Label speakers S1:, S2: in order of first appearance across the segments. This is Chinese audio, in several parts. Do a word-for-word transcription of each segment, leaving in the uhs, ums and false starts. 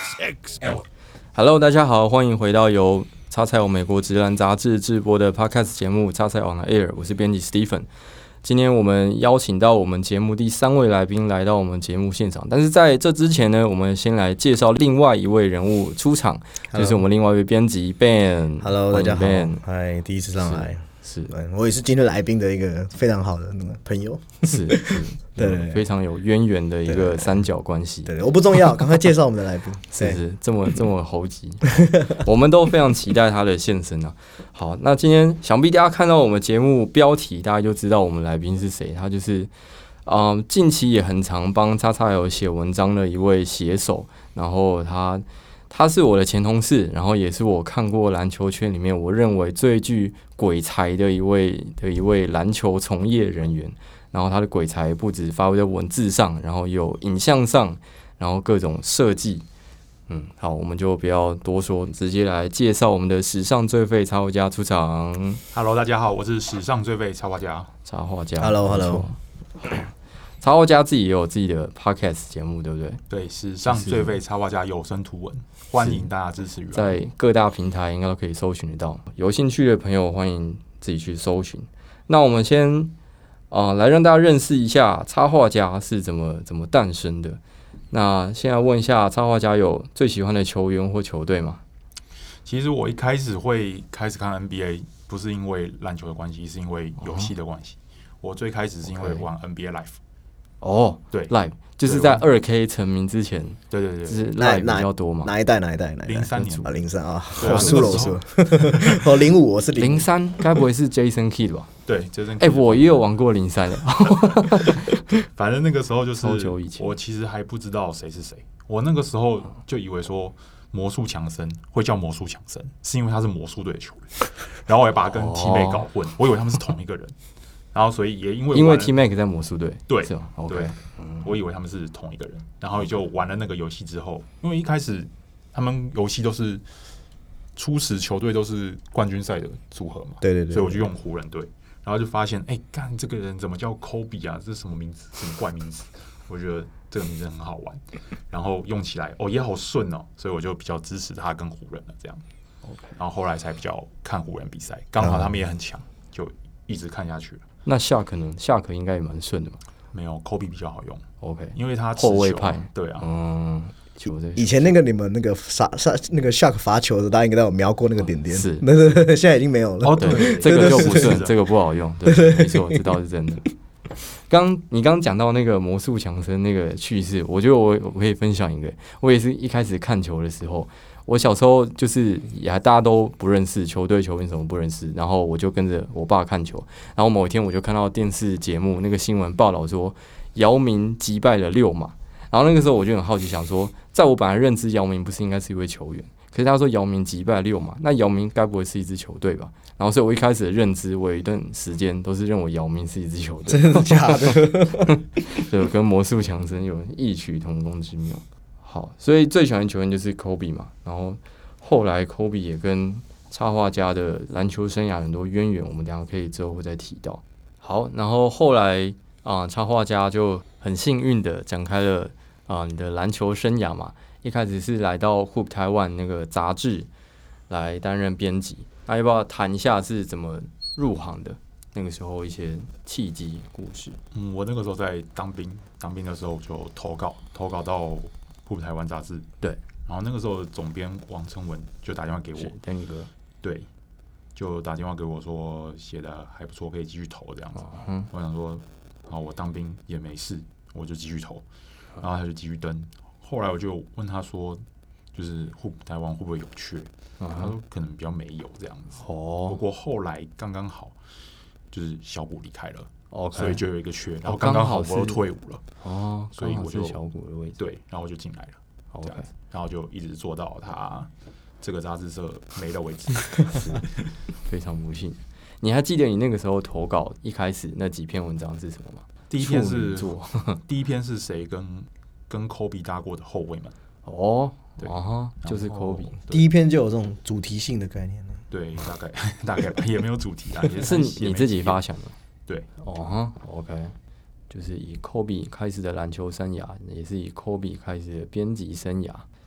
S1: X L。Hello， 大家好，欢迎回到由叉彩网美国职篮杂志制播的 Podcast 节目《叉彩网的 Air》，我是编辑 Stephen。今天我们邀请到我们节目第三位来宾来到我们节目现场，但是在这之前呢，我们先来介绍另外一位人物出场， Hello. 就是我们另外一位编辑 Ben。Hello，
S2: 大家好，嗨，第一次上来。是，我也是今天来宾的一个非常好的那个朋友，
S1: 是，是对，非常有渊源的一个三角关系。
S2: 对，我不重要，赶快介绍我们的来宾。
S1: 是是，这么这么猴急，我们都非常期待他的现身啊。好，那今天想必大家看到我们节目标题，大家就知道我们来宾是谁。他就是，嗯、呃，近期也很常帮叉叉 L 写文章的一位写手，然后他。他是我的前同事，然后也是我看过篮球圈里面我认为最具鬼才的一位的一位篮球从业人员。然后他的鬼才不止发挥在文字上，然后有影像上，然后各种设计。嗯，好，我们就不要多说，直接来介绍我们的史上最废插画家出场。
S3: Hello， 大家好，我是史上最废插画家。
S1: 插画家
S2: ，Hello，Hello。
S1: 插画家自己也有自己的 podcast 节目，对不对？
S3: 对，史上最废插画家有声图文，欢迎大家支持。
S1: 在各大平台应该都可以搜寻得到，有兴趣的朋友欢迎自己去搜寻。那我们先啊、呃，来让大家认识一下插画家是怎么怎么诞生的。那现在问一下，插画家有最喜欢的球员或球队吗？
S3: 其实我一开始会开始看 N B A， 不是因为篮球的关系，是因为游戏的关系。哦、我最开始是因为玩 N B A Live。
S1: 哦，对 ，Live 就是在二 K 成名之前，
S3: 对对对，
S1: 就是 Live 比较多嘛。
S2: 哪一代？哪一代？哪一代？
S3: 零三年
S2: 啊，零三啊，
S3: 我
S2: 输了，我输了。哦，零五，我是
S1: 零三，该不会是 Jason Kidd 吧？
S3: 对 ，Jason Kidd。
S1: 哎，我也有玩过零三的。
S3: 反正那个时候就是，
S1: 我
S3: 我其实还不知道谁是谁。我那个时候就以为说魔术强森会叫魔术强森，是因为他是魔术队的球员，然后我也把他跟 T-Mac 搞混，我以为他们是同一个人。然后，所以也因为
S1: 因为 T-Mac 在魔术队，
S3: 对，
S1: 是吗 ？OK，
S3: 对、嗯，我以为他们是同一个人。然后也就玩了那个游戏之后，因为一开始他们游戏都是初始球队都是冠军赛的组合嘛，
S2: 对对对，
S3: 所以我就用湖人队，然后就发现，哎、欸，干这个人怎么叫 Kobe 啊？这是什么名字？什么怪名字？我觉得这个名字很好玩，然后用起来哦也好顺哦，所以我就比较支持他跟湖人了这样。Okay. 然后后来才比较看湖人比赛，刚好他们也很强，就一直看下去了。
S1: 那下可能下可应该也蛮顺的嘛？
S3: 没有 Kobe 比较好用
S1: ，OK，
S3: 因为他
S1: 后卫派，
S3: 对啊，
S1: 嗯，
S2: 以前那个你们那个罚那个 Shaq 罚球的，大家应该都有瞄过那个点点，
S1: 是，
S2: 对对对，现在已经没有了。
S1: 哦，对，这个就不顺，这个不好用，对，没错，这倒是真的。刚你刚讲到那个魔术强森那个趣事，我觉得我我可以分享一个，我也是一开始看球的时候。我小时候就是也大家都不认识球队球员什么不认识，然后我就跟着我爸看球，然后某一天我就看到电视节目那个新闻报道说姚明击败了六马，然后那个时候我就很好奇想说，在我本来认知姚明不是应该是一位球员，可是他说姚明击败了六马，那姚明该不会是一支球队吧？然后所以我一开始的认知，我有一段时间都是认为姚明是一支球队，
S2: 真的假的？
S1: 对，跟魔术强森有异曲同工之妙。好，所以最喜欢的球员就是 Kobe 嘛，然后后来 Kobe 也跟插画家的篮球生涯很多渊源，我们等一下可以之后会再提到。好，然后后来啊、呃，插画家就很幸运的展开了啊、呃、你的篮球生涯嘛，一开始是来到 Hoop Taiwan 那个杂志来担任编辑，那要不要谈一下是怎么入行的？那个时候一些契机故事。
S3: 嗯，我那个时候在当兵，当兵的时候就投稿，投稿到Hoop台湾杂志，
S1: 对，
S3: 然后那个时候总编王成文就打电话给我，
S1: 丹尼哥，
S3: 对，就打电话给我说写的还不错，可以继续投这样子。哦嗯、我想说，啊，我当兵也没事，我就继续投，然后他就继续登。后来我就问他说，就是 Hoop 台湾会不会有缺？嗯、他说可能比较没有这样子。哦，不过后来刚刚好，就是小谷离开了。Okay, 所以就有一个缺，然后刚刚好我又退伍了，
S1: 哦，
S3: 所以我就
S1: 小谷的位置，
S3: 对，然后我就进来了，
S1: okay.
S3: 这样子，然后就一直做到他这个杂志社没了为止，
S1: 非常不幸。你还记得你那个时候投稿一开始那几篇文章是什么吗？
S3: 第一篇是第一篇是谁跟跟 Kobe 搭过的后卫们？
S1: 哦，对啊，就是 Kobe。
S2: 第一篇就有这种主题性的概念了，
S3: 对，大概大概也没有主题啊，也
S1: 是你自己发想的。
S3: 对，
S1: 哦哈 ，OK， 就是以 Kobe 开始的篮球生涯，也是以 Kobe 开始的编辑生涯。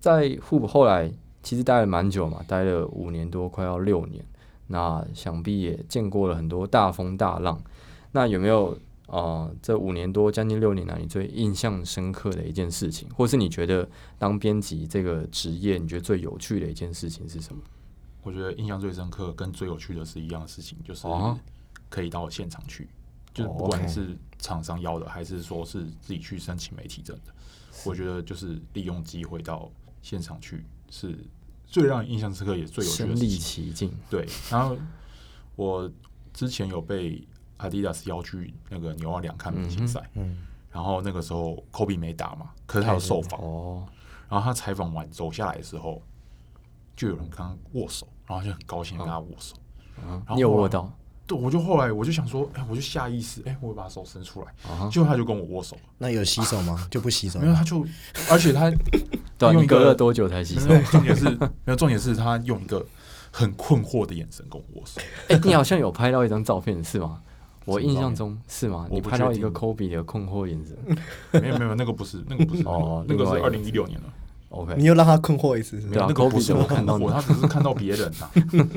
S1: 在 Hoop 后来其实待了蛮久嘛，待了五年多，快要六年。那想必也见过了很多大风大浪。那有没有呃这五年多将近六年来你最印象深刻的一件事情，或是你觉得当编辑这个职业你觉得最有趣的一件事情是什么？
S3: 我觉得印象最深刻跟最有趣的是一样的事情，就是可以到现场去，就是不管是厂商要的，还是说是自己去申请媒体证的，我觉得就是利用机会到现场去是最让人印象深刻也最有趣的事情。身临
S1: 其境。对，
S3: 然后我之前有被 Adidas 邀去那个纽奥良看明星赛，嗯，然后那个时候 Kobe 没打嘛，可是他有受访，哦，然后他采访完走下来的时候，就有人跟他握手，然后就很高兴跟他握手，
S1: 嗯，然后你有握到？
S3: 对，我就后来我就想说，哎、欸，我就下意识，哎、欸，我会把手伸出来，uh-huh. 结果他就跟我握手。
S2: 那有洗手吗？就不洗手？
S3: 没有，他就，而且他
S1: 对、啊，你隔了多久才洗手？
S3: 重点是，没有重点是他用一个很困惑的眼神跟我握手。
S1: 哎、欸，你好像有拍到一张照片是吗？我印象中是吗？你拍到一个 Kobe 的困惑眼神？
S3: 没有没有，那个不是，那个不是，哦，那个是二零一六年了。
S1: OK，
S2: 你又让他困惑一次，
S1: 对啊，那个不是我看到
S3: 我，他只是看到别人啊。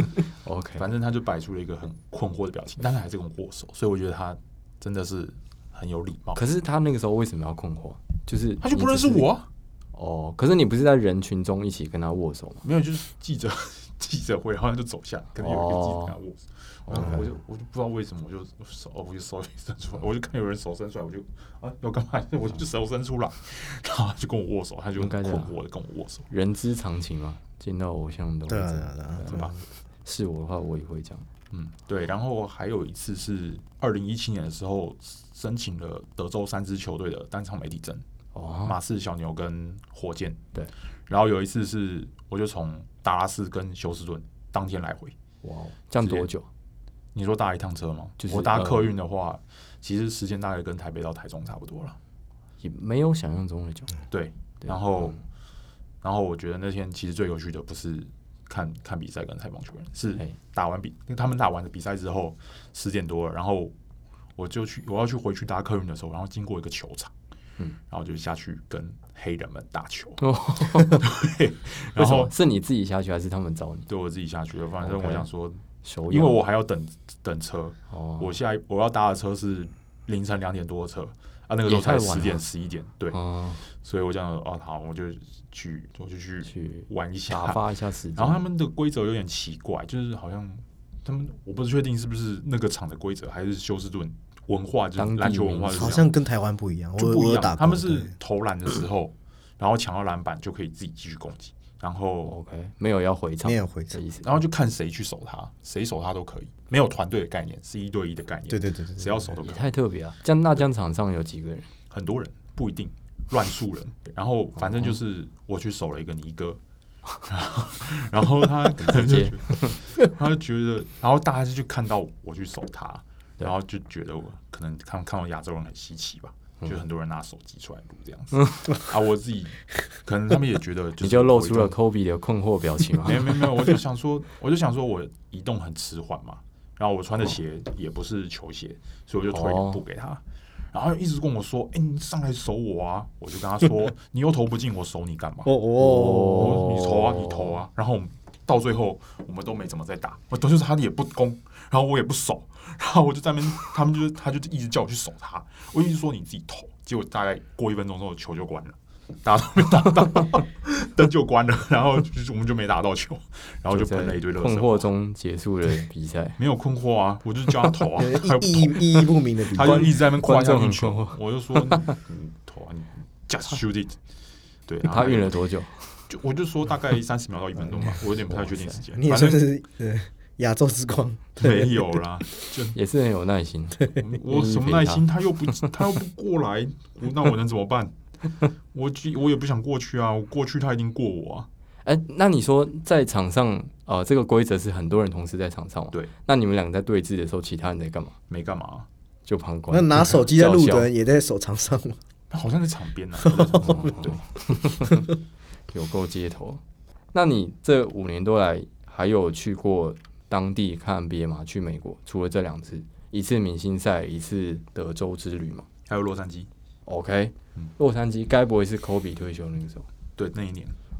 S1: OK，
S3: 反正他就摆出了一个很困惑的表情，但是还是跟我握手，所以我觉得他真的是很有礼貌。
S1: 可是他那个时候为什么要困惑？就是
S3: 他就不认识我啊。
S1: 哦，可是你不是在人群中一起跟他握手吗？
S3: 没有，就是记者记者会，然后他就走下，可能有一个记者跟他握手。哦、我就我就不知道为什么，我就手我就手伸出来，我就看有人手伸出来，我就啊要干嘛？我就手伸出来，然后他就跟我握手，他就很困惑的跟我握手。
S1: 人之常情嘛，见到偶像都
S2: 对啊对啊对啊，
S3: 对吧？
S1: 是我的话，我也会这样。
S3: 嗯，对。然后还有一次是二零一七年的时候，申请了德州三支球队的单场媒体证，哦，马刺、小牛跟火箭。
S1: 对。
S3: 然后有一次是，我就从达拉斯跟休斯顿当天来回。
S1: 哇，这样多久？
S3: 你说搭一趟车吗？就是我搭客运的话，呃、其实时间大概跟台北到台中差不多了，
S1: 也没有想象中的久。
S3: 对，然后、嗯，然后我觉得那天其实最有趣的不是看看比赛跟采访球员，是打完比，因为他们打完的比赛之后十点多了，然后我就去我要去回去搭客运的时候，然后经过一个球场，嗯，然后就下去跟黑人们打球。哦、对，然后
S1: 是你自己下去还是他们找你？
S3: 对，我自己下去的，反正我想说。
S1: Okay.
S3: 因为我还要等等车，哦、我下一我要搭的车是凌晨两点多的车啊，那个时候才十点十一点，对、哦，所以我这样哦好，我就去我就去去玩一下，
S1: 打发一下时间。
S3: 然后他们的规则有点奇怪，就是好像他们我不是确定是不是那个场的规则，还是休斯顿文化，就是篮球文化是
S2: 好像跟台湾不一样，
S3: 就不一样。他们是投篮的时候，然后抢到篮板就可以自己继续攻击。然后
S1: OK 没有要回场，
S2: 没有回场
S1: 的意思，
S3: 然后就看谁去守他，谁守他都可以，没有团队的概念，是一对一的概念。
S2: 对对对对，
S3: 谁要守都可以。
S1: 太特别了。这样那这样场上有几个人？
S3: 很多人，不一定，乱数人。然后反正就是我去守了一个尼哥，然后他可能就觉得，他就觉得，然后大家就去看到我去守他，然后就觉得我可能看看到亚洲人很稀奇吧。就很多人拿手机出来录这样子、嗯、啊，我自己可能他们也觉得，
S1: 你就露出了 Kobe 的困惑表情嘛？
S3: 没有没有没有，我就想说，我就想说我移动很迟缓嘛，然后我穿的鞋也不是球鞋，所以我就推一步给他，然后一直跟我说：“哎、欸，你上来守我啊！”我就跟他说：“你又投不进，我守你干嘛？”哦哦，你投啊，你投啊！然后我们到最后我们都没怎么在打，我都就是他也不攻，然后我也不守。然后我就在那边，他们就是他就一直叫我去守他，我一直说你自己投，结果大概过一分钟之后球就关了，大家都没打到，灯就关了，然后就是我们就没打到球，然后就喷了一堆垃圾。
S1: 困惑中结束了比赛，
S3: 没有困惑啊，我就是叫他投啊，
S2: 意义意义不明的比赛，
S3: 他就一直在那边夸奖球，我就说你投啊，你 just shoot it。对，
S1: 他运了多久？
S3: 就我就说大概三十秒到一分钟吧，我有点不太确定时间。
S2: 你也算是呃亚洲之光，
S3: 没有啦，就
S1: 也是很有耐心。
S3: 我什么耐心？他又不他又不过来，那我能怎么办？我我也不想过去啊，我过去他一定过我啊。
S1: 哎、欸，那你说在场上，呃，这个规则是很多人同时在场上吗？
S3: 对。
S1: 那你们两个在对峙的时候，其他人在干嘛？
S3: 没干嘛，
S1: 就旁观。
S2: 那拿手机在录的人也在手场上吗？
S3: 好像在场边呢、啊。
S1: 对，有够街头。那你这五年多来还有去过当地看 N B A 吗？去美国，除了这两次，一次明星赛，一次德州之旅嘛？
S3: 还有洛杉矶。
S1: OK，、嗯、洛杉矶该不会是 Kobe 退休那个时候？
S3: 对，那一年。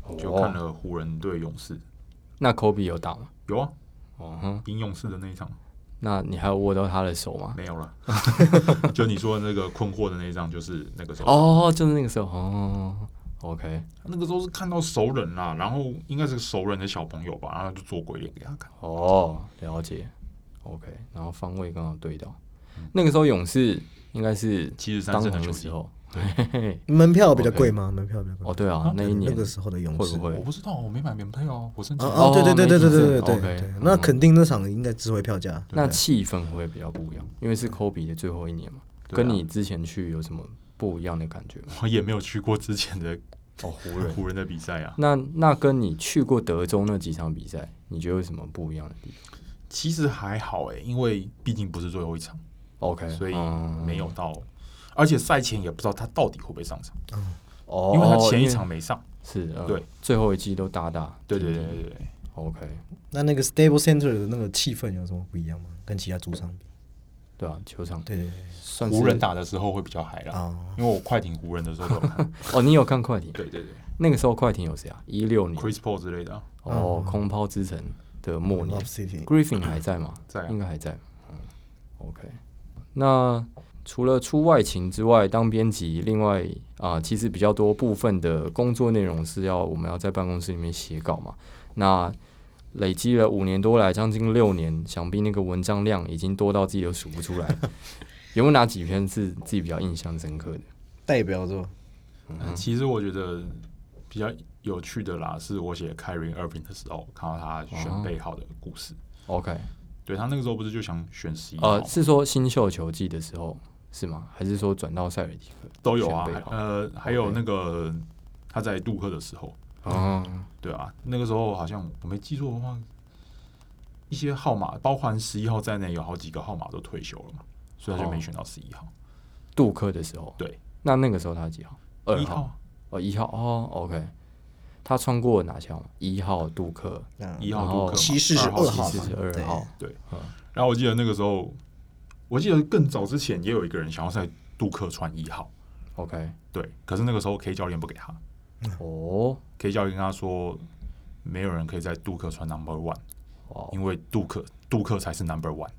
S3: 就看了湖人对勇士。
S1: 那 Kobe 有打吗？
S3: 有啊，
S1: 哦哼，
S3: 赢勇士的那一场。
S1: 那你还有握到他的手吗？
S3: 没有了，就你说的那个困惑的那一张，就是那个时候。
S1: 哦，就是那个时候。哦 ，OK，
S3: 那个时候是看到熟人啦，然后应该是个熟人的小朋友吧，然后就做鬼脸给他看。
S1: 哦，了解。OK， 然后方位刚好对到。嗯、那个时候勇士应该是
S3: 七十三胜的
S1: 时候。
S2: 对，门票比较贵吗？ Okay. 门票比较贵。
S1: 哦，对啊，那一年
S2: 那个时候的勇士
S1: 会不会？
S3: 我不知道，我没买门票哦，我申请。
S2: 哦，对对对对对对对对
S1: ，OK，
S2: 那肯定那场应该值回票价。
S1: 那气氛会比较不一样，因为是 Kobe 的最后一年嘛，跟你之前去有什么不一样的感觉吗？
S3: 我也没有去过之前的
S1: 哦湖人
S3: 湖人的比赛啊。
S1: 那那跟你去过德州那几场比赛，你觉得有什么不一样的地方？
S3: 其实还好哎、欸，因为毕竟不是最后一场
S1: ，OK，
S3: 所以没有到。嗯而且赛前也不知道他到底会不会上场，
S1: 哦，
S3: 因为他前一场没上，
S1: 是，呃、
S3: 对，
S1: 最后一季都打打，
S3: 对对对对对
S1: ，OK。
S2: 那那个 Staples Center 的那个气氛有什么不一样吗？跟其他主场比？
S1: 对啊，球场，
S2: 对对对，
S1: 算
S3: 湖人打的时候会比较嗨啦，
S2: 哦、
S3: 因为我快艇湖人的时候都有看。
S1: 哦，你有看快艇？
S3: 对对对，
S1: 那个时候快艇有谁啊？一六年
S3: ，Chris Paul 之类的、啊。
S1: 哦，嗯、空抛之城的末年 ，Griffin 还在吗？
S3: 在、啊，
S1: 应该还在。嗯 ，OK。那除了出外勤之外，当编辑，另外啊、呃，其实比较多部分的工作内容是要我们要在办公室里面写稿嘛。那累积了五年多来，将近六年，想必那个文章量已经多到自己都数不出来。有没有哪几篇是自己比较印象深刻的
S2: 代表作？
S3: 嗯，其实我觉得比较有趣的啦，是我写 Kyrie Irving 的时候，看到他选背号的故事。
S1: 哦、OK，
S3: 对他那个时候不是就想选十一号？
S1: 呃，是说新秀球季的时候是吗？还是说转到塞尔提克
S3: 都有啊？呃，还有那个他在杜克的时候。
S1: 哦、
S3: 嗯，对啊，那个时候好像我没记错的话，一些号码，包含十一号在内，有好几个号码都退休了嘛，所以他就没选到十一号。
S1: 杜克的时候，
S3: 对，
S1: 那那个时候他几号？二号。
S3: 号
S1: 哦，一号哦 ，OK。他穿过哪些号？一号杜克，
S3: 一号杜克，
S2: 骑士是二号，
S1: 骑士是二号。
S3: 对，嗯。然后我记得那个时候，我记得更早之前也有一个人想要在杜克穿一号
S1: ，OK。
S3: 对，可是那个时候 K 教练不给他。
S1: 哦
S3: ，K 教练跟他说，没有人可以在杜克穿 Number One，、哦、因为杜克杜克才是 Number One。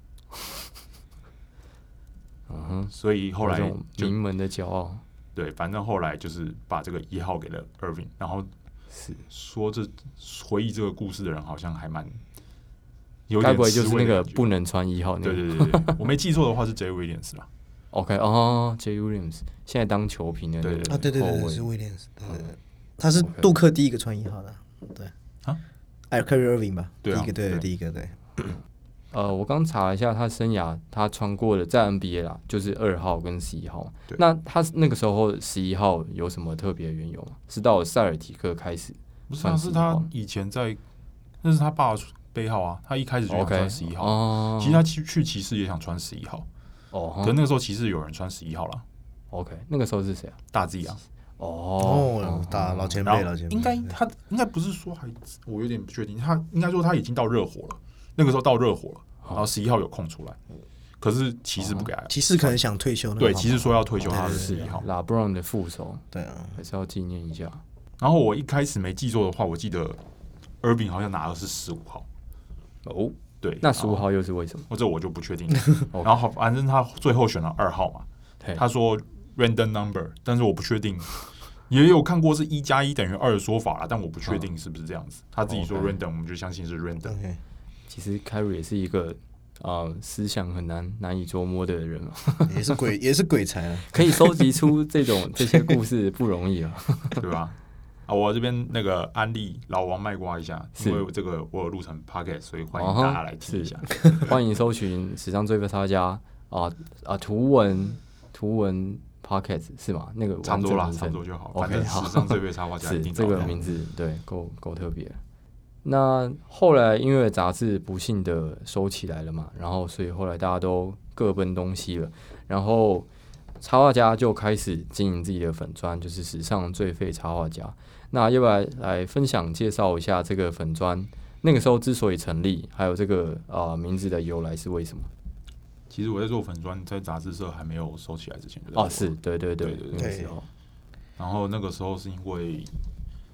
S1: 嗯哼，
S3: 所以后来
S1: 名门的骄傲。
S3: 对，反正后来就是把这个一号给了 Irving， 然后是说这回忆这个故事的人好像还蛮有点，该
S1: 不会就是那个不能穿一号那
S3: 个？对对对对，我没记错的话是 J Williams 吧
S1: ？OK， 哦 ，J Williams 现在当球评的那个
S2: 啊，对对对，是 Williams， 对对对，他是杜克第一个穿一号的，对啊，哎 ，Kyrie Irving 吧，第一个对，第一个对。
S1: 呃，我刚查了一下，他生涯他穿过的在 N B A 啦，就是二号跟十一号。那他那个时候十一号有什么特别的缘由吗？是到塞尔提克开始？
S3: 不是，是他以前在，那是他爸的背号啊。他一开始就想穿十一号，
S1: okay,
S3: 其实他去去骑士也想穿十一号。
S1: 哦，
S3: 可是那个时候骑士有人穿十一号了。
S1: OK， 那个时候是谁啊？
S3: 大 Z 啊。
S2: 哦，大老前辈，老前辈。
S3: 应该他应该不是说还，我有点不确定。他应该说他已经到热火了。那个时候到热火了，然后十一号有空出来，可是骑士不给他。
S2: 骑士可能想退休，
S3: 对，骑士说要退休他是十一号。
S1: 拉布朗的副手，
S2: 对啊，
S1: 还是要纪念一下。
S3: 然后我一开始没记错的话，我记得 Irving 好像拿的是十五号。
S1: 哦，
S3: 对，
S1: 那十五号又是为什么？
S3: 或者我就不确定。然后反正他最后选了二号嘛，他说 random number， 但是我不确定。也有看过是一加一等于二的说法啦，但我不确定是不是这样子。他自己说 random， 我们就相信是 random。
S1: 其实 Kyrie 也是一个呃思想很难难以捉摸的人嘛，
S2: 也是鬼也是鬼才啊，
S1: 可以收集出这种这些故事不容易啊，
S3: 对吧？啊，我这边那个安利老王卖瓜一下，因为这个我有录成 podcast， 所以欢迎大家来听一下。
S1: 欢迎搜寻史上最废插画家啊啊图文图文 podcast 是吗？那个
S3: 差不多啦，差不多就好。反正史上最废插画家
S1: 是这个名字，对，够够特别。那后来因为杂志不幸的收起来了嘛，然后所以后来大家都各奔东西了，然后插画家就开始经营自己的粉专，就是史上最废插画家。那要不要来分享介绍一下这个粉专？那个时候之所以成立，还有这个啊、呃、名字的由来是为什么？
S3: 其实我在做粉专，在杂志社还没有收起来之前就在
S1: 哦，是对对对
S3: 对对对
S1: 那个时候。
S3: 然后那个时候是因为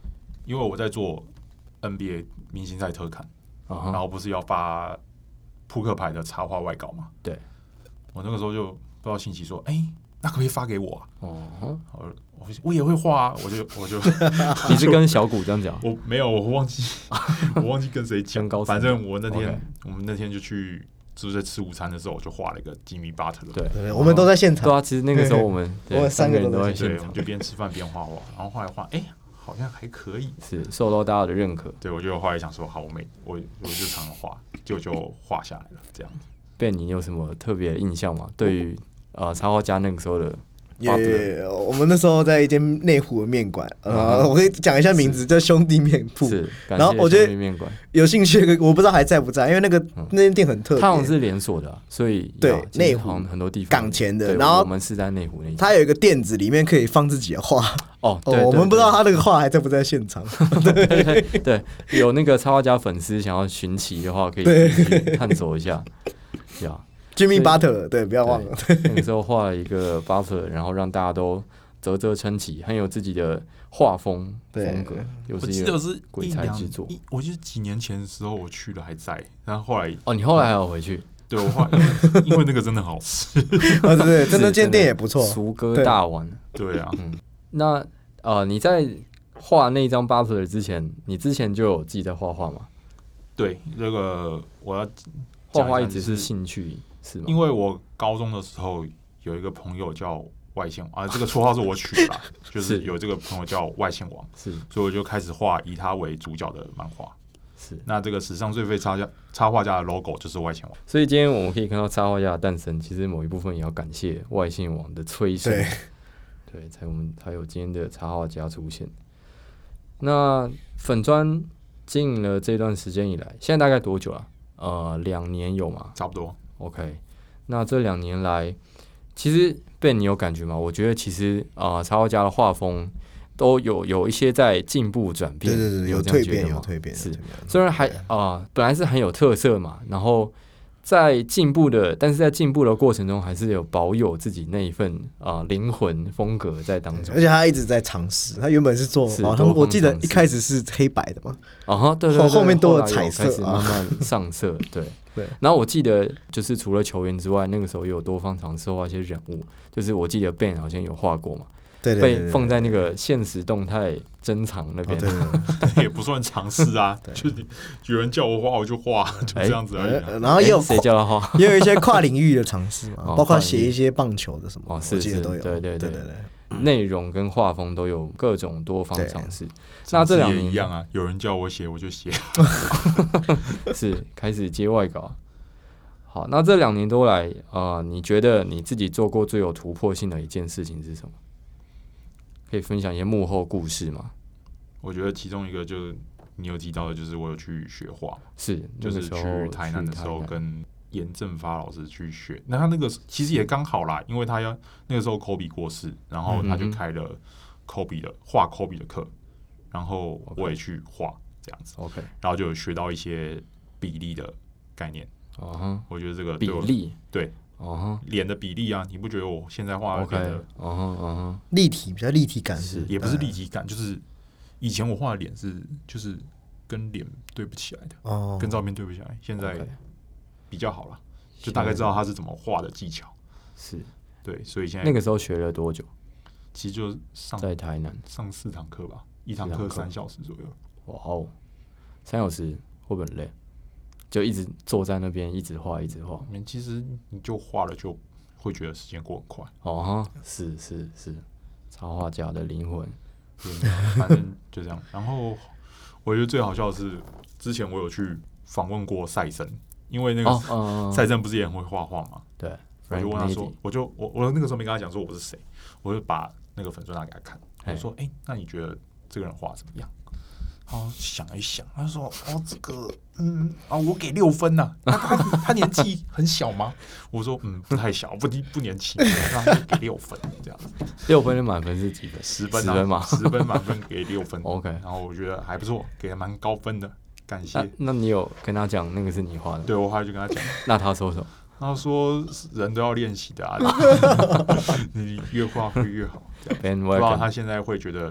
S3: 因为我在做 N B A 明星赛特刊， uh-huh. 然后不是要发扑克牌的插画外稿嘛？
S1: 对，
S3: 我那个时候就不知道信息说，哎、欸，那可不可以发给我啊？
S1: 哦、
S3: uh-huh. 我我也会画啊，我就我就
S1: 你是跟小谷这样讲？
S3: 我没有，我忘记我忘记跟谁讲，反正我那天、okay. 我们那天就去。就是在吃午餐的时候，我就画了一个吉米巴特勒。
S2: 对，对，我们都在现场。
S1: 对啊，其实那个时候我们
S2: 我们三个人
S1: 都在现场，
S3: 我们就边吃饭边画画，然后画一画，哎、欸，好像还可以，
S1: 是受到大家的认可。
S3: 对，我就后来想说，好，我每我我就常常画，就就画下来了，这样子。
S1: Ben，你有什么特别的印象吗？对于呃插画家那个时候的？
S2: 也、yeah, 我们那时候在一间内湖的面馆，呃、嗯，我可以讲一下名字，叫兄弟面铺。
S1: 是，
S2: 然后我觉得有兴趣的，我不知道还在不在，因为那个、嗯、那间店很特别，
S1: 它好像是连锁的、啊，所以
S2: 对内湖
S1: 很多地方
S2: 港前的。然后
S1: 我们是在内湖那，
S2: 它有一个垫子，里面可以放自己的画。
S1: 哦，对对对
S2: 哦，我们不知道他那个画还在不在现场。
S1: 对对对，有那个插画家粉丝想要寻奇的话，可以去探索一下。呀。
S2: Jimmy Butler， 对，不要忘了。
S1: 那个时候画了一个 Butler， 然后让大家都啧啧称奇，很有自己的画风风格，又是一个鬼才之作。
S3: 我记得几年前的时候我去了还在，然后后来
S1: 哦，你后来还有回去？
S3: 对，我后来因为那个真的好吃，
S2: 啊，对对，真的间店也不错，
S1: 俗哥大碗。
S3: 对啊，
S1: 嗯，那呃，你在画那张 Butler 之前，你之前就有自己在画画吗？
S3: 对，这个我要
S1: 画画一直是兴趣。是吗？
S3: 因为我高中的时候有一个朋友叫外线王啊，这个绰号是我取的啦，就是有这个朋友叫外线王，
S1: 是，
S3: 所以我就开始画以他为主角的漫画。
S1: 是，
S3: 那这个史上最废插家插画家的 logo 就是外线王。
S1: 所以今天我们可以看到插画家的诞生，其实某一部分也要感谢外线王的催生，对，对，才我们才有今天的插画家出现。那粉专经营了这段时间以来，现在大概多久了？呃，两年有吗？
S3: 差不多。
S1: OK， 那这两年来，其实Ben你有感觉吗？我觉得其实啊，插画家的画风都有有一些在进步转变，
S2: 对对对，有蜕变，有蜕变，
S1: 是。虽然还啊、呃，本来是很有特色嘛，然后在进步的，但是在进步的过程中，还是有保有自己那一份啊灵魂风格在当中。
S2: 而且他一直在尝试，他原本是做，好像我记得一开始是黑白的嘛，
S1: 啊哈，对对对，
S2: 后面多了彩色，
S1: 开始慢慢上色，对。
S2: 对，
S1: 然后我记得就是除了球员之外，那个时候也有多方尝试画一些人物，就是我记得 Ben 好像有画过嘛，
S2: 对对对对，
S1: 被放在那个现实动态珍藏那边，
S2: 哦、对对对
S3: 也不算尝试啊，就是有人叫我画我就画，就这样子而已、啊
S2: 欸。然后也有
S1: 谁叫他画，
S2: 也有一些跨领域的尝试嘛，哦、包括写一些棒球的什么，
S1: 哦，是是，
S2: 都有，
S1: 对对对
S2: 对对对，
S1: 内容跟画风都有各种多方尝试。那这两年
S3: 也一样啊，有人叫我写我就写，
S1: 是开始接外稿。好，那这两年多来，呃，你觉得你自己做过最有突破性的一件事情是什么？可以分享一些幕后故事吗？
S3: 我觉得其中一个就是你有提到的，就是我有去学画，
S1: 是，
S3: 就是去台南的时候跟严正发老师去学。那他那个其实也刚好啦，因为他要那个时候科比过世，然后他就开了科比的画科比的课，然后我也去画这样子
S1: ，OK，
S3: 然后就有学到一些比例的概念。
S1: 哦、uh-huh,
S3: 我觉得这个
S1: 比例
S3: 对，哦、uh-huh, 脸的比例啊，你不觉得我现在画的脸的
S1: okay, uh-huh, uh-huh,
S2: 立体比较立体感
S3: 是，也不是立体感，就是以前我画的脸是就是跟脸对不起来的，哦，跟照片对不起来，现在比较好了， okay, 就大概知道他是怎么画的技巧，
S1: 是，
S3: 对，所以现在
S1: 那个时候学了多久？
S3: 其实就上
S1: 在台南
S3: 上四堂课吧，一堂课三小时左右。
S1: 哇哦，三小时会不会很累？就一直坐在那边，一直画，一直画。
S3: 其实你就画了，就会觉得时间过很快。
S1: 哦哈，是是是，插画家的灵魂。
S3: 反正就这样。然后我觉得最好笑的是，之前我有去访问过赛森，因为那个赛森不是也很会画画嘛？
S1: 对。
S3: 我就问他说，我就我我那个时候没跟他讲说我是谁，我就把那个粉专拿给他看，我说：“哎、欸，那你觉得这个人画怎么样？”然后想一想，他说：“哦，这个，嗯啊，我给六分呐、啊。他他他年纪很小吗？”我说：“嗯，不太小，不不年轻，然后给六分这样子。”
S1: 六分的满分是几分？
S3: 十分、啊，
S1: 十分嘛，
S3: 十分满分给六分。
S1: OK，
S3: 然后我觉得还不错，给的蛮高分的，感谢。
S1: 那, 那你有跟他讲那个是你画的？
S3: 对，我后来就跟他讲。
S1: 那他说什么？
S3: 他说：“人都要练习的啊，你越画会越好。”不知道他现在会觉得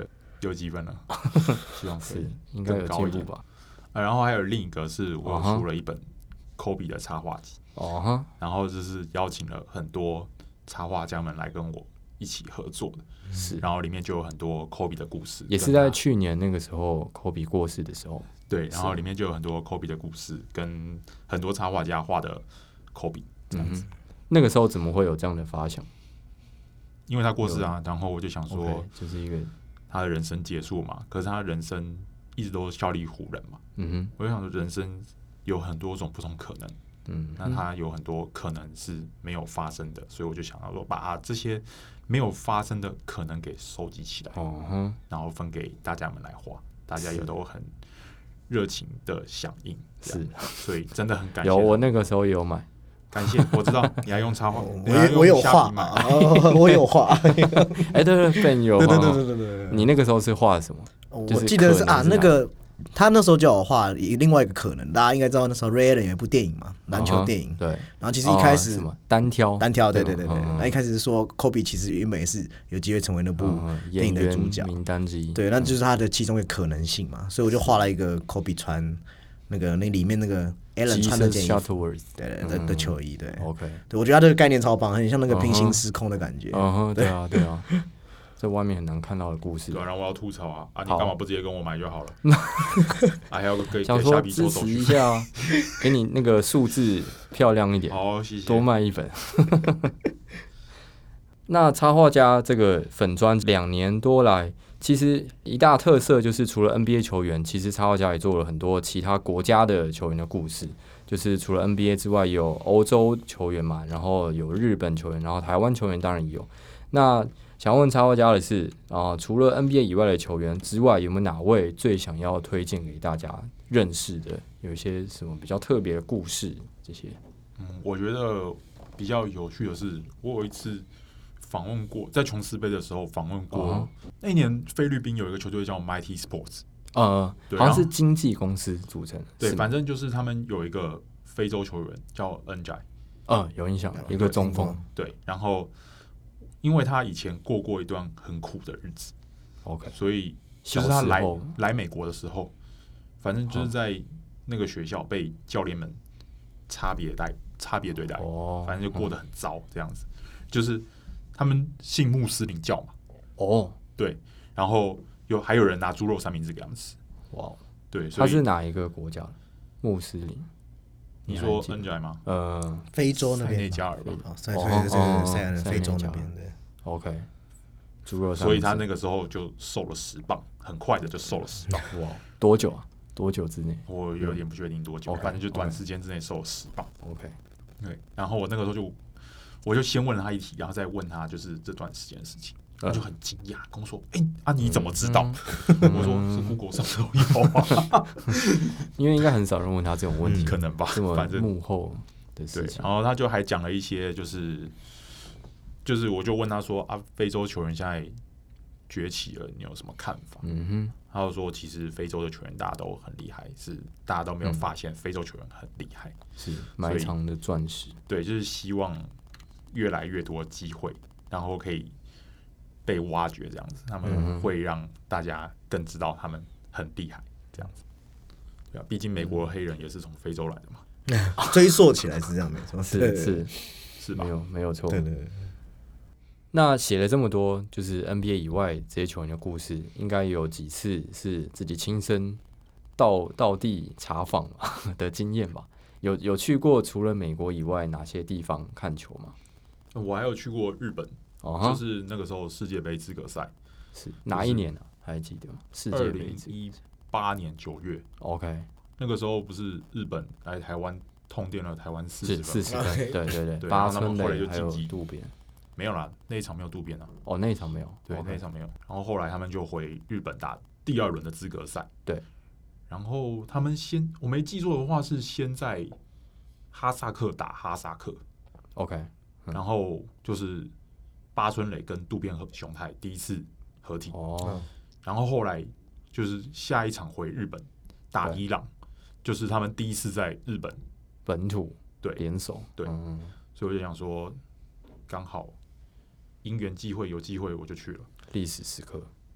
S3: 有积分了，希望
S1: 是应该有进步吧。
S3: 啊，然后还有另一个是我出了一本 Kobe 的插画集，哦哈，然后就是邀请了很多插画家们来跟我一起合作的，是，然后里面就有很多 Kobe 的故事，
S1: 也是在去年那个时候 Kobe 过世的时候，
S3: 对，然后里面就有很多 Kobe 的故事，跟很多插画家画的 Kobe 这样子。
S1: 嗯、那个时候怎么会有这样的发想？
S3: 因为他过世啊，然后我就想说，
S1: okay, 就是一个
S3: 他的人生结束嘛，可是他人生一直都效力湖人嘛，嗯哼，我就想说人生有很多种不同可能，嗯，那他有很多可能是没有发生的，所以我就想到说，把这些没有发生的可能给收集起来，哦哼，然后分给大家们来画，大家也都很热情的响应，是，所以真的很感谢。
S1: 有，我那个时候也有买。
S3: 感谢，我知道你还用插画，
S2: 我我有画嘛，我有画。
S1: 哎，对对，Ben 有，
S2: 对对对对对。
S1: 你那个时候是画什么？
S2: 我记得是啊，那个他那时候叫我画另外一个可能，大家应该知道那时候 Ray Allen 有一部电影嘛，篮球电影。
S1: 对。
S2: 然后其实一开始
S1: 什么单挑，
S2: 单挑，对对对对。那一开始是说 Kobe 其实原本也是有机会成为那部电影的主角
S1: 名单之一。
S2: 对，那就是他的其中一个可能性嘛，所以我就画了一个 Kobe 穿那个那里面那个。Allen 穿的件衣服，对对的的球衣，对
S1: ，OK，
S2: 对我觉得他这个概念超棒，很像那个平行时空的感觉。
S1: 嗯哼，对啊，对啊，在外面很难看到的故事。
S3: 对，然后我要吐槽啊，啊，你干嘛不直接跟我买就好了？啊，还要给
S1: 想说支持一下，给你那个数字漂亮一点，
S3: 好，谢谢，
S1: 多卖一本。那插画家这个粉专两年多来。其实一大特色就是除了 N B A 球员，其实插画家也做了很多其他国家的球员的故事。就是除了 N B A 之外，也有欧洲球员嘛，然后有日本球员，然后台湾球员当然也有。那想问插画家的是啊、呃，除了 N B A 以外的球员之外，有没有哪位最想要推荐给大家认识的？有一些什么比较特别的故事？这些，
S3: 嗯，我觉得比较有趣的是，我有一次。访问过，在琼斯杯的时候访问过。Uh-huh. 那一年菲律宾有一个球队叫 Mighty Sports，
S1: 呃，好像是经纪公司组成的。
S3: 对，反正就是他们有一个非洲球员叫 N J，
S1: 嗯，有印象，一个中锋。
S3: 对，然后因为他以前过过一段很苦的日子
S1: ，OK，
S3: 所以就是他来来美国的时候，反正就是在那个学校被教练们差别待差别对待，哦，反正就过得很糟，这样子，就是他们信穆斯林教嘛，
S1: 哦，
S3: 对，然后有还有人拿猪肉三明治给他们吃，
S1: 哇，
S3: 对，所以
S1: 他是哪一个国家？穆斯林？
S3: 你说 N J 吗？
S2: 呃，非洲那边，
S3: 塞内加尔吧，
S2: 哦，对对对，塞尔非洲那边的
S1: ，OK， 猪肉三明治，
S3: 所以他那个时候就瘦了十磅，很快的就瘦了十磅，
S1: 哇，多久啊？多久之内？
S3: 我有点不确定多久，
S1: okay,
S3: 反正就短时间之内瘦了十磅
S1: ，OK，
S3: 对，然后我那个时候就我就先问了他一题，然后再问他就是这段时间的事情。他就很惊讶，跟我说：“哎、欸、啊，你怎么知道？”嗯、我说：“是 Google 上都有啊。”
S1: 因为应该很少人问他这种问题，
S3: 嗯、可能吧。反正
S1: 幕后的事情。
S3: 对，然后他就还讲了一些，就是就是，我就问他说：“啊，非洲球员现在崛起了，你有什么看法？”嗯哼，他就说：“其實非洲的球員大家都很厲害，是大家都沒有發現非洲球員很厲害，
S1: 是埋藏的鑽石。
S3: 對，就是希望越來越多機會，然後可以。”被挖掘這樣子，他們會讓大家更知道他們很厲害，這樣子。對啊，畢竟美國的黑人也是從非洲來的嘛。
S2: 追溯起來是這樣，沒錯，
S1: 是是
S3: 是吧？
S1: 沒有沒有錯。
S2: 對對對。
S1: 那寫了這麼多，就是 N B A 以外這些球員的故事，應該有幾次是自己親身到到地查訪的經驗吧？有有去過除了美國以外哪些地方看球嗎？
S3: 我還有去過日本。Uh-huh. 就是那個時候世界杯資格賽
S1: 是哪一年啊？還記得嗎？世界杯二
S3: 零一八年九月
S1: ，OK，
S3: 那個時候不是日本來台灣痛電了台灣四十分，
S1: 四十分，對對對，
S3: 對，
S1: 八
S3: 村壘就晉級
S1: 渡邊，
S3: 沒有啦，那一場沒有渡邊啊，
S1: 哦，那一場沒有，
S3: 對，
S1: okay.
S3: 那一場沒有，然後後來他們就回日本打第二輪的資格賽，
S1: 對，
S3: 然後他們先，我沒記錯的話是先在哈薩克打哈薩克
S1: ，OK，、
S3: 嗯、然後就是。八村壘跟渡邊雄太第一次合體、哦，然後後來就是下一場回日本打伊朗，就是他們第一次在日本
S1: 本土
S3: 對
S1: 聯手，
S3: 對、嗯，所以我就想說，剛好因緣際會有機會我就去了，
S1: 歷史時刻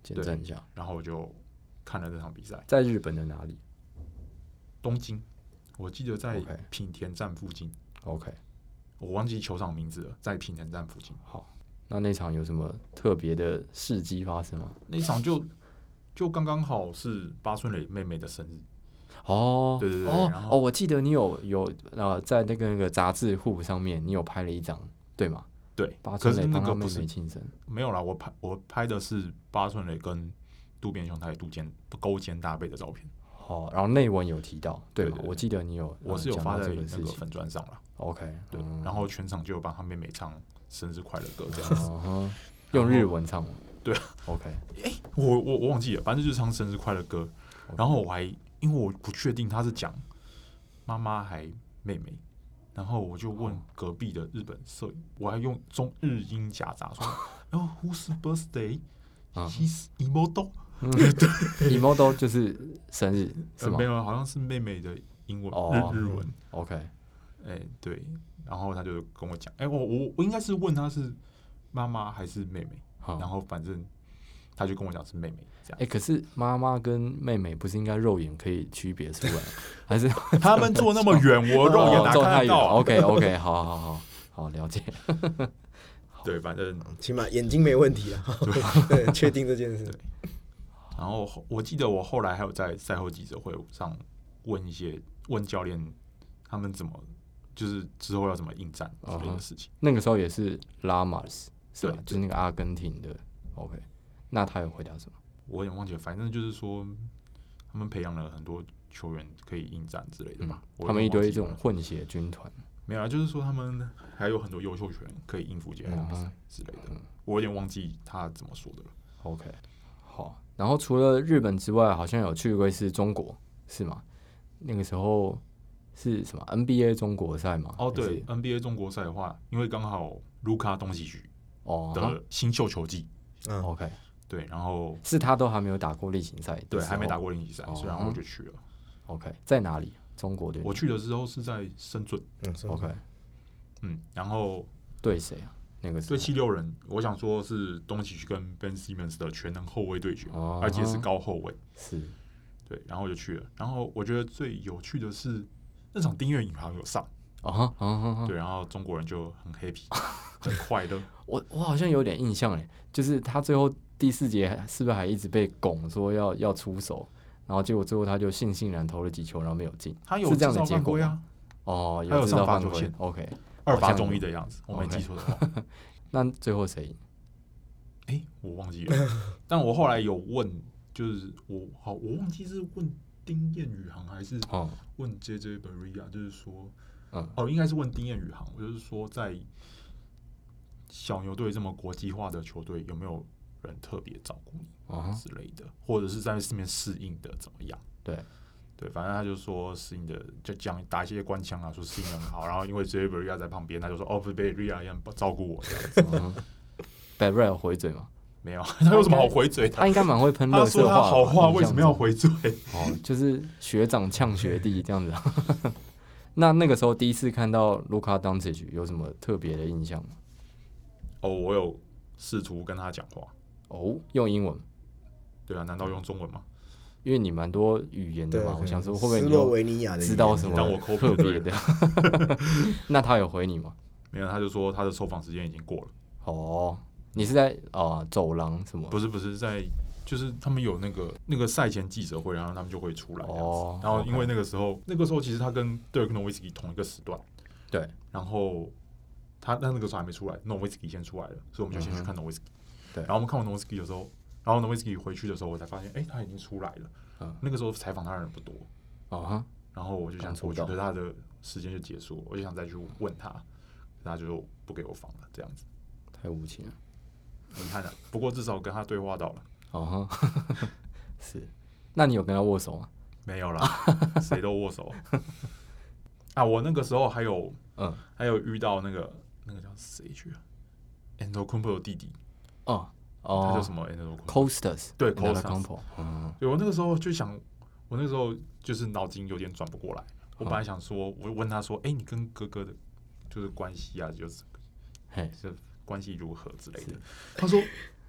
S1: 见证一下。
S3: 然后我就看了这场比赛，
S1: 在日本的哪里？
S3: 东京，我记得在品田站附近。
S1: OK，
S3: 我忘记球场名字了，在品田站附近。
S1: 好，那那场有什么特别的事迹发生吗？
S3: 那场就就刚刚好是八村垒妹妹的生日。
S1: 哦，
S3: 对对对，
S1: 哦
S3: 然后
S1: 哦，我记得你有有呃，在那个那个杂志 Hoop 上面，你有拍了一张，对吗？
S3: 对，
S1: 八村垒
S3: 那
S1: 帮他妹
S3: 个不是
S1: 妹庆生。
S3: 没有啦，我拍我拍的是八村垒跟渡边雄太渡肩勾肩搭背的照片。
S1: 哦，然后内文有提到，对吗？
S3: 对对对
S1: 我记得你有，
S3: 我是有发在
S1: 这个事情
S3: 那个粉砖上了。
S1: OK，
S3: 对，
S1: 嗯、
S3: 然后全场就有帮他妹妹唱生日快乐歌这样子，
S1: 嗯、用日文唱吗？
S3: 对
S1: ，OK，
S3: 哎、欸，我我我忘记了，反正就是唱生日快乐歌。Okay. 然后我还因为我不确定他是讲妈妈还妹妹，然后我就问隔壁的日本摄影，我还用中日英夹杂说，哦 ，Whose birthday? His imoto。
S1: 对 ，imoto 就是生日是吗、
S3: 呃？没有，好像是妹妹的英文、
S1: 哦、
S3: 日日文。
S1: OK，
S3: 哎、欸，对，然后他就跟我讲，哎、欸，我我我应该是问他是妈妈还是妹妹，嗯、然后反正他就跟我讲是妹妹这样。
S1: 哎、欸，可是妈妈跟妹妹不是应该肉眼可以区别出来，还是
S3: 他们坐那么远，我肉眼哪看得到、啊、
S1: ？OK OK， 好好好好了解。
S3: 对，反正
S2: 起码眼睛没问题啊，对，确定这件事。
S3: 然后我记得我后来还有在赛后记者会上问一些问教练他们怎么就是之后要怎么应战之类的事情。
S1: Uh-huh. 那个时候也是拉马斯是吧？就是那个阿根廷的。OK， 那他有回答什么？
S3: 我有点忘记了，反正就是说他们培养了很多球员可以应战之类的吧。
S1: 嗯、他们一堆这种混血军团。
S3: 没有啊，就是说他们还有很多优秀球员可以应付接下来比赛之类的。嗯、我有点忘记他怎么说的了。
S1: OK， 好。然后除了日本之外，好像有去过是中国，是吗？那个时候是什么 N B A 中国赛吗？
S3: 哦，对 ，N B A 中国赛的话，因为刚好卢卡东契奇的新秀球季、
S1: 哦、，OK，
S3: 对，然后
S1: 是他都还没有打过例行赛，
S3: 对，还没打过例行赛，所以然后我就去了。
S1: OK， 在哪里？中国队？
S3: 我去的时候是在深圳。
S2: 嗯
S1: ，OK，
S3: 嗯，然后
S1: 对谁啊？那个
S3: 对七六人，我想说是东契奇跟 Ben Simmons 的全能后卫对决，哦、而且是高后卫。
S1: 是，
S3: 对，然后我就去了。然后我觉得最有趣的是那场丁彦雨航有上
S1: 啊啊！
S3: 对，然后中国人就很 happy， 很快乐。
S1: 我我好像有点印象诶，就是他最后第四节是不是还一直被拱说要要出手，然后结果最后他就悻悻然投了几球，然后没有进。
S3: 他有
S1: 是这样的结果
S3: 啊？
S1: 哦，
S3: 他有上罚
S1: 球
S3: 线
S1: ，OK。
S3: 二罚中一的样子，我没记错的话。
S1: 那最后谁赢？
S3: 哎、欸，我忘记了。但我后来有问，就是我好，我忘记是问丁彦雨航还是问 J J Barea， 就是说，嗯，哦，应该是问丁彦雨航，就是说在小牛队这么国际化的球队，有没有人特别照顾你啊之类的，或者是在这边适应的怎么样？
S1: 对。
S3: 对，反正他就说适应的，就讲打一些官腔啊，说适应很好。然后因为 J J Barea 在旁边，他就说哦 ，Barea 一样照顾我这样子。
S1: Barea 有回嘴吗？
S3: 没有，他有什么好回嘴？
S1: 他应该蛮会喷垃圾话。
S3: 他说他好话为什么要回嘴？
S1: 哦，就是学长呛学弟这样子。那那个时候第一次看到卢卡当这局，有什么特别的印象吗？
S3: 哦，我有试图跟他讲话。
S1: 哦，用英文？
S3: 对啊，难道用中文吗？
S1: 因为你蛮多语言的嘛，我想说会不会你
S2: 斯洛维尼亚的
S1: 知道什么特别的？那他有回你吗？
S3: 没有，他就说他的受访时间已经过了。
S1: 哦，你是在啊、呃、走廊什么？
S3: 不是不是在，就是他们有那个那个赛前记者会，然后他们就会出来这样子。哦、然后因为那个时候， okay. 那个时候其实他跟 Dirk Nowitzki 同一个时段。
S1: 对。
S3: 然后他但那个时候还没出来 ，Nowitzki 先出来了，所以我们就先去看 Nowitzki。
S1: 对。
S3: 然后我们看完 Nowitzki 的时候。然后 Nowitzki 回去的时候，我才发现，哎、欸，他已经出来了。嗯、那个时候采访他的人不多
S1: 啊，
S3: 然后我就想，我觉得他的时间就结束了，我就想再去问他，他就不给我访了，这样子。
S1: 太无情了，
S3: 遗憾了。不过至少跟他对话到了。
S1: 哦，是。那你有跟他握手吗？
S3: 没有啦，谁都握手。啊，我那个时候还有，嗯，还有遇到那个那个叫谁去啊 ？Antetokounmpo 的弟弟。
S1: 哦。
S3: 他叫什么
S1: ？Costas
S3: 对 Costas， 嗯，对我那个时候就想，我那个时候就是脑筋有点转不过来。我本来想说，我问他说：“哎、欸，你跟哥哥的，就是关系啊，就是，是关系如何之类的。”他说：“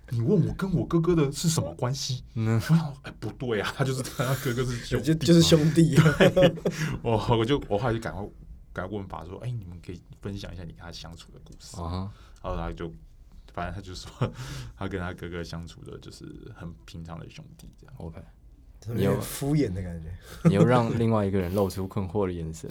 S3: 你问我跟我哥哥的是什么关系？嗯，我想，哎，不对啊，他就是他哥哥是兄弟，
S2: 就是兄弟。
S3: 我我就我后来就赶快赶快问法说，哎，你们可以分享一下你跟他相处的故事。Uh-huh. 然后他就反正他就说，他跟他哥哥相处的就是很平常的兄弟这样。
S1: OK，
S2: 你有敷衍的感觉，
S1: 你又让另外一个人露出困惑的眼神。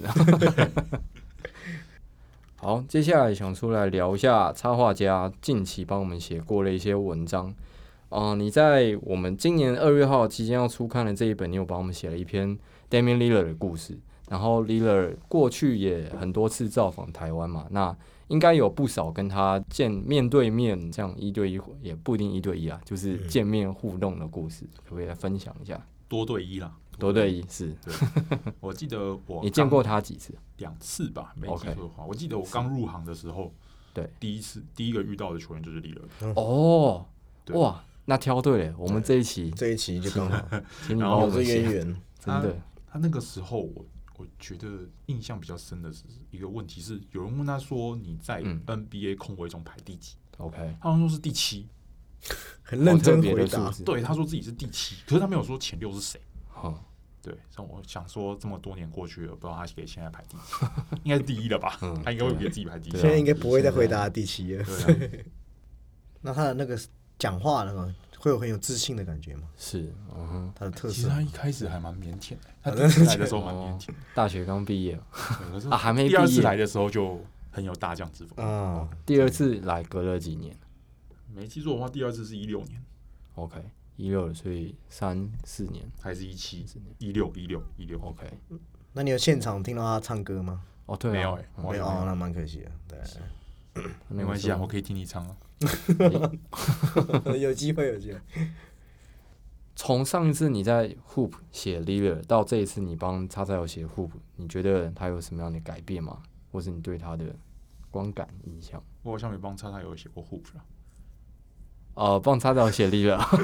S1: 好，接下来想出来聊一下插画家近期帮我们写过的一些文章。啊、呃，你在我们今年二月号即将要出刊的这一本，你有帮我们写了一篇 Damian Lillard 的故事。然后 Lillard 过去也很多次造访台湾嘛，那应该有不少跟他见面对面这样一对一，也不一定一对一啊，就是见面互动的故事，可不可以来分享一下？
S3: 多对一啦，
S1: 多对一是。
S3: 对，我记得我
S1: 你见过他几次？
S3: 两次吧，没记错的话。Okay. 我记得我刚入行的时候，
S1: 对，
S3: 第一次第一个遇到的球员就是Lillard。
S1: 哦，哇，那挑对了，我们这一期
S2: 这一期就刚好，
S1: 请你帮我们
S2: 渊源，
S1: 真的。
S3: 他, 他那个时候我。我觉得印象比较深的是一个问题是，有人问他说你在 N B A 控卫中排第几
S1: ？OK，、
S3: 嗯、他好像说是第七，
S2: 很认真回答。
S3: 对，他说自己是第七，可是他没有说前六是谁。
S1: 嗯，
S3: 对，像我想说这么多年过去了，不知道他给现在排第几，应该是第一了吧？嗯、他应该会给自己排第一。
S2: 现在应该不会再回答第七了。
S3: 对、啊，
S2: 那他的那个讲话那个。会有很有自信的感觉吗？
S1: 是，嗯哼，
S3: 他
S2: 的特色。
S3: 其实他一开始还蛮腼腆的，他第一次来的时候蛮腼腆，
S1: 大学刚毕业
S3: 可是
S1: 啊，还没毕业。
S3: 第二次来的时候就很有大将之风
S2: 啊。
S1: 第二次来隔了几年？
S3: 没记错的话，第二次是一六年。
S1: OK， 一六了，所以三四年
S3: 还是一七？一六一六一六。
S1: OK，
S2: 那你有现场听到他唱歌吗？
S1: 哦，对、啊，
S3: 没有、欸，
S2: 没有哦，那蛮可惜的。对。
S3: 没关系啊，我可以听你唱啊。
S2: 有机会，有机会。
S1: 从上一次你在 Hoop 写 Lillard 到这一次你帮叉叉有写 Hoop， 你觉得他有什么样的改变吗？或是你对他的观感印象？
S3: 我好像没帮叉叉有写过 Hoop 啊。
S1: 呃，帮叉叉有写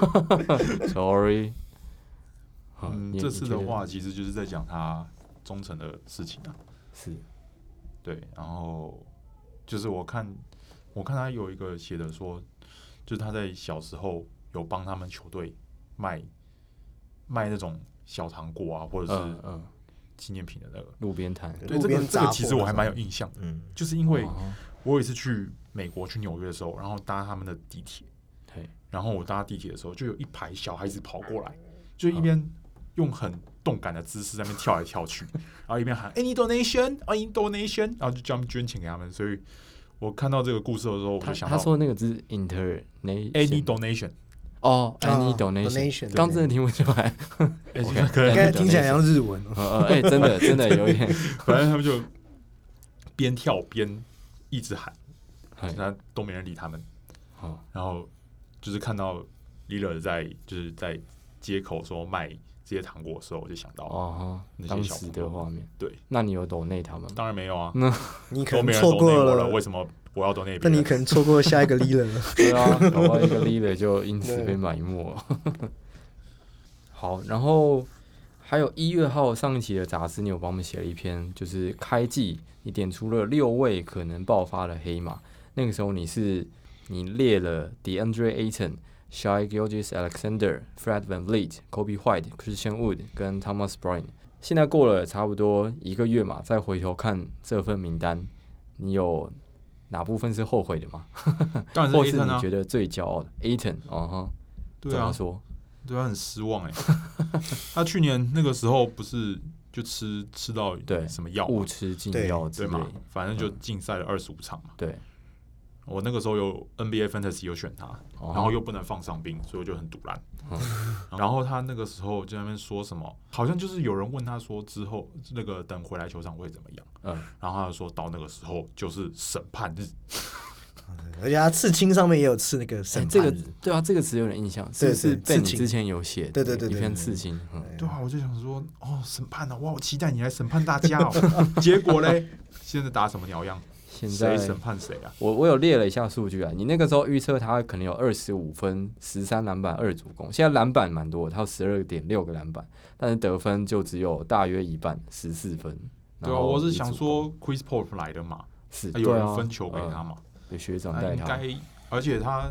S1: Lillard，Sorry。
S3: 嗯，这次的话其实就是在讲他忠诚的事情啊。
S1: 是。
S3: 对，然后就是我看，我看他有一个写的说，就是他在小时候有帮他们球队。卖卖那种小糖果啊，或者是纪念品的那个
S1: 路边摊。
S3: 对，这个这个其实我还蛮有印象的，嗯，就是因为我有一次去美国去纽约的时候，然后搭他们的地铁，然后我搭地铁的时候，就有一排小孩子跑过来，就一边用很动感的姿势在那边跳来跳去，然后一边喊 "Any donation, any donation"， 然后就叫他们捐钱给他们。所以我看到这个故事的时候，我就想到
S1: 他说那个字 "Inter"，any
S3: donation。
S1: 哦 ，any donation， 刚真的听不出来，
S2: 应该听起来像日文。
S1: 呃，哎，真的真的有一点，
S3: 反正他们就边跳边一直喊，他都没人理他们。然后就是看到 Lillard 在就是在街口说卖这些糖果的时候，我就想到
S1: 哦，当时的画面。
S3: 对，
S1: 那你有抖内他们？
S3: 当然没有啊，
S2: 那你可能错过了，
S3: 为什么？我要懂那边，
S2: 那你可能错过下一个 Lillard 了。
S1: 对啊，搞不好一个 Lillard 就因此被埋没了。好，然后还有一月号上一期的杂志，你有帮我们写了一篇，就是开季你点出了六位可能爆发的黑马。那个时候你是你列了 DeAndre Ayton、Shai Gilgeous-Alexander、Fred VanVleet、Kobe White、Christian Wood 跟 Thomas Bryant。现在过了差不多一个月嘛，再回头看这份名单，你有哪部分是后悔的吗？
S3: 当然是 Ayton 啊，
S1: 或是你觉得最骄傲的 Ayton， 哦哈，
S3: 对啊，
S1: 怎么说？
S3: 对他很失望哎、欸。他去年那个时候不是就吃吃到什么药，
S1: 误吃禁药之类
S3: 对嘛？反正就禁赛了二十五场嘛。
S1: 对，
S3: 我那个时候有 N B A Fantasy 有选他，哦、然后又不能放伤兵，所以我就很赌烂。嗯、然后他那个时候就在那边说什么，好像就是有人问他说之后那个等回来球场会怎么样？嗯，然后他就说到那个时候就是审判日。
S2: 而且他刺青上面也有刺那个审判日、
S1: 欸，这个对啊，这个词有点印象，是不是被你之前有写？
S2: 对对对，
S1: 一篇刺青。
S3: 嗯，对啊，我就想说，哦，审判啊，哇，我期待你来审判大家哦。结果嘞，现在打什么鸟样？
S1: 现在
S3: 谁审判谁啊？
S1: 我我有列了一下数据啊，你那个时候预测他可能有二十五分、十三篮板、二助攻，现在篮板蛮多的，他有十二点六个篮板，但是得分就只有大约一半，十四分。
S3: 对啊，我是想说 Chris Paul 来的嘛，
S1: 是、
S3: 啊、有人分球给他嘛。
S1: 呃学长带他，
S3: 应该，而且他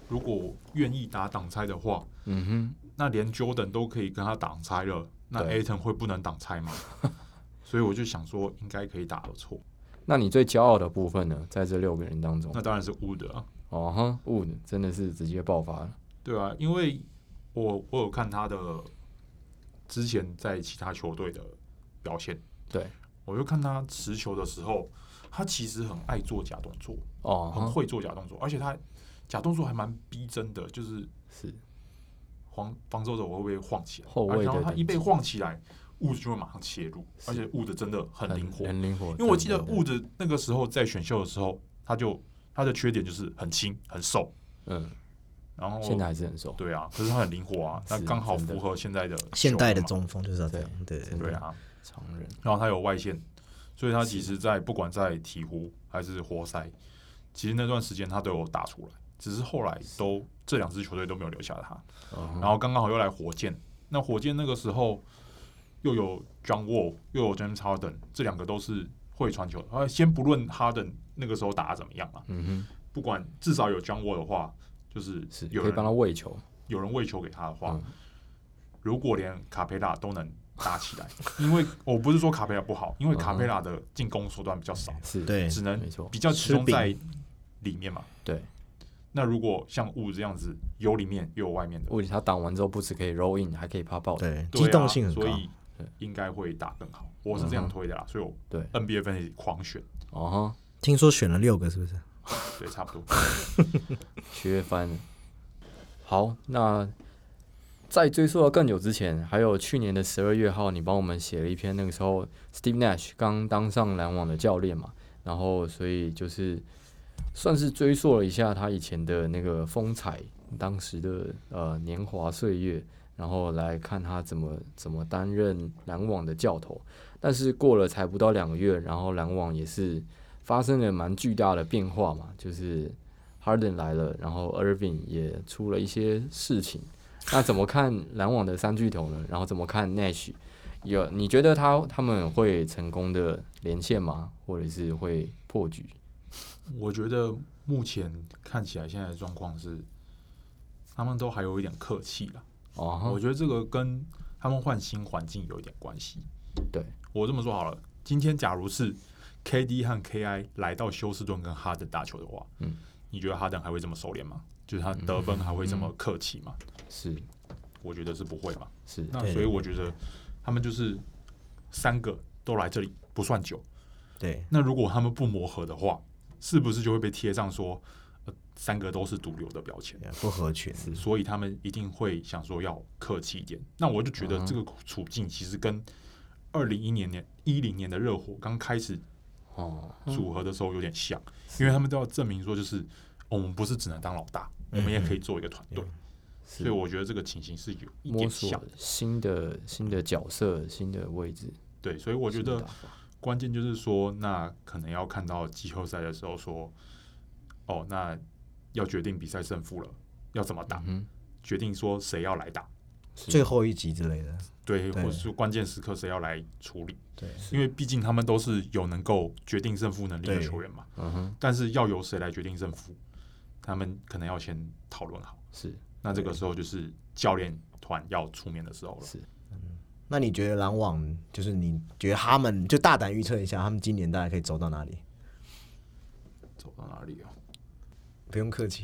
S3: 如果愿意打挡拆的话，
S1: 嗯哼，
S3: 那连 Jordan 都可以跟他挡拆了，那 Ayton 会不能挡拆吗？所以我就想说，应该可以打得错。
S1: 那你最骄傲的部分呢？在这六个人当中，
S3: 那当然是 Wood 啊。
S1: 哦哈 ，Wood 真的是直接爆发了。
S3: 对啊，因为我我有看他的之前在其他球队的表现，
S1: 对，
S3: 我就看他持球的时候，他其实很爱做假动作，
S1: 哦，
S3: 很会做假动作，而且他假动作还蛮逼真的，就是
S1: 是
S3: 防防守者我会被晃起来，
S1: 后卫的
S3: 然后他一被晃起来，物质就会马上切入，而且物质真的很灵活，
S1: 很灵活。
S3: 因为我记得物质那个时候在选秀的时候，他就他的缺点就是很轻很瘦，
S1: 嗯，
S3: 然后
S1: 现在还是很瘦，
S3: 对啊，可是他很灵活啊，那刚好符合现在的
S2: 现代的中锋就是要这样，对
S3: 对啊，
S1: 常人。
S3: 然后他有外线，所以他其实在不管在鹈鹕还是活塞，其实那段时间他都有打出来，只是后来都这两支球队都没有留下他，然后刚刚好又来火箭，那火箭那个时候又有 John Wall 又有 James Harden， 这两个都是会传球的。先不论 Harden 那个时候打得怎么样嘛，
S1: 嗯哼，
S3: 不管至少有 John Wall 的话，就是有人
S1: 可以帮他喂球，
S3: 有人喂球给他的话，
S1: 嗯、
S3: 如果连卡佩拉都能打起来，因为我不是说卡佩拉不好，因为卡佩拉的进攻手段比较少，
S1: 是
S2: 对，
S3: 只能比较集中在里面嘛，
S1: 对。
S3: 那如果像雾这样子，有里面又有外面的，
S1: 雾他挡完之后不只可以 roll in， 还可以 pop out，
S2: 对，机动性很高，
S3: 所以应该会打更好。我是这样推的啦，所以我
S1: 对
S3: N B A 分析狂选。
S1: 哦哈，
S2: 听说选了六个，是不是？
S3: 对，差不多。
S1: 缺翻了。好，那在追溯到更久之前，还有去年的十二月号，你帮我们写了一篇，那个时候 Steve Nash 刚当上篮网的教练嘛，然后所以就是算是追溯了一下他以前的那个风采，当时的呃年华岁月，然后来看他怎么怎么担任篮网的教头。但是过了才不到两个月，然后篮网也是发生了蛮巨大的变化嘛，就是 Harden 来了，然后 Irving 也出了一些事情。那怎么看篮网的三巨头呢？然后怎么看 Nash？ 有你觉得他他们会成功的连线吗？或者是会破局？
S3: 我觉得目前看起来现在的状况是，他们都还有一点客气了。
S1: 哦，
S3: 我觉得这个跟他们换新环境有一点关系。
S1: 对，
S3: 我这么说好了，今天假如是 K D 和 K I 来到休斯顿跟哈登打球的话，嗯，你觉得哈登还会这么收敛吗？就是他得分还会这么客气吗？
S1: 嗯、是，
S3: 我觉得是不会嘛。
S1: 是，
S3: 那所以我觉得他们就是三个都来这里不算久。
S2: 对，
S3: 那如果他们不磨合的话，是不是就会被贴上说，呃，三个都是毒瘤的标签，
S2: 不合群？
S3: 所以他们一定会想说要客气一点。那我就觉得这个处境其实跟二零一零年一零年的热火刚开始
S1: 哦
S3: 组合的时候有点像，因为他们都要证明说，就是我们不是只能当老大，我们也可以做一个团队。所以我觉得这个情形是有一点像
S1: 新的新的角色、新的位置。
S3: 对，所以我觉得关键就是说，那可能要看到季后赛的时候说，哦，那要决定比赛胜负了，要怎么打，嗯、决定说谁要来打，
S2: 最后一集之类的，
S3: 对，或者是关键时刻谁要来处理，
S2: 对，
S3: 因为毕竟他们都是有能够决定胜负能力的球员嘛，
S1: 嗯哼，
S3: 但是要由谁来决定胜负，他们可能要先讨论好，
S1: 是，
S3: 那这个时候就是教练团要出面的时候了，
S1: 是。
S2: 那你觉得篮网就是你觉得他们就大胆预测一下，他们今年大概可以走到哪里？
S3: 走到哪里啊？
S2: 不用客气，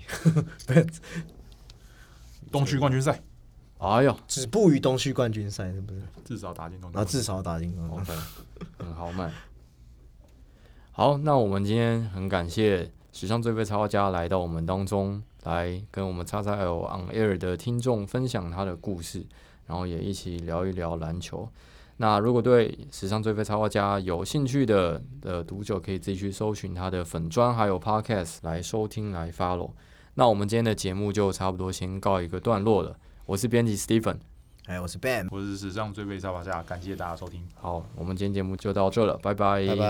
S3: 东区冠军赛。
S1: 哎呦，
S2: 止步于东区冠军赛是不是？
S3: 至少打进东区，
S2: 然后至少打进东区，
S1: OK， 很豪迈。好，那我们今天很感谢史上最废插画家来到我们当中，来跟我们 X X L On Air 的听众分享他的故事。然后也一起聊一聊篮球。那如果对史上最废插画家有兴趣的的读者，可以自己去搜寻他的粉专还有 podcast 来收听来 follow。那我们今天的节目就差不多先告一个段落了。我是编辑 Stephen，
S2: 哎，我是 Ben，
S3: 我是史上最废插画家，感谢大家收听。
S1: 好，我们今天节目就到这了，拜拜，
S2: 拜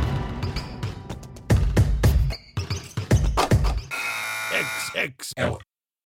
S2: 拜。X X L